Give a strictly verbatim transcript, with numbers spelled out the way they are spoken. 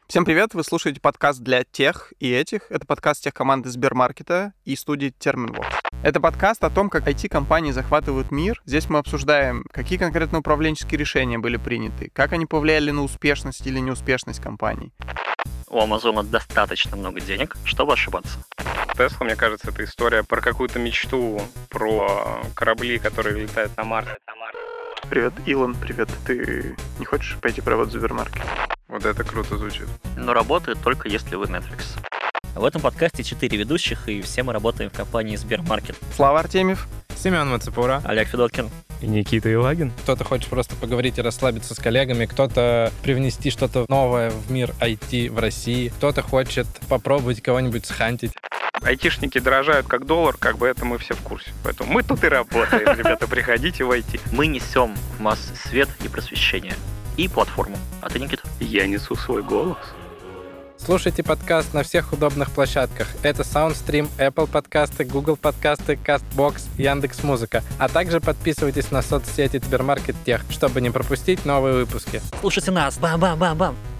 Всем привет! Вы слушаете подкаст для тех и этих. Это подкаст техкоманды Сбермаркета и студии Terminvox. Это подкаст о том, как ай ти-компании захватывают мир. Здесь мы обсуждаем, какие конкретно управленческие решения были приняты, как они повлияли на успешность или неуспешность компаний. У Амазона достаточно много денег, чтобы ошибаться. Тесла, мне кажется, это история про какую-то мечту, про корабли, которые летают на Марс. Привет, Илон, привет. Ты не хочешь пойти поработать в Сбермаркет? Вот это круто звучит. Но работает только если вы Netflix. В этом подкасте четыре ведущих, и все мы работаем в компании Сбермаркет. Слава Артемьев. Семен Мацепура. Олег Федоткин. И Никита Елагин. Кто-то хочет просто поговорить и расслабиться с коллегами, кто-то привнести что-то новое в мир ай ти в России, кто-то хочет попробовать кого-нибудь схантить. Айтишники дорожают как доллар, как бы это мы все в курсе. Поэтому мы тут и работаем, ребята, приходите в ай ти. Мы несем в массы свет и просвещение. И платформу. А ты, Никита? Я несу свой голос. Слушайте подкаст на всех удобных площадках. Это SoundStream, Apple подкасты, Google подкасты, CastBox, Яндекс.Музыка. А также подписывайтесь на соцсети Сбермаркет Тех, чтобы не пропустить новые выпуски. Слушайте нас! Бам-бам-бам-бам!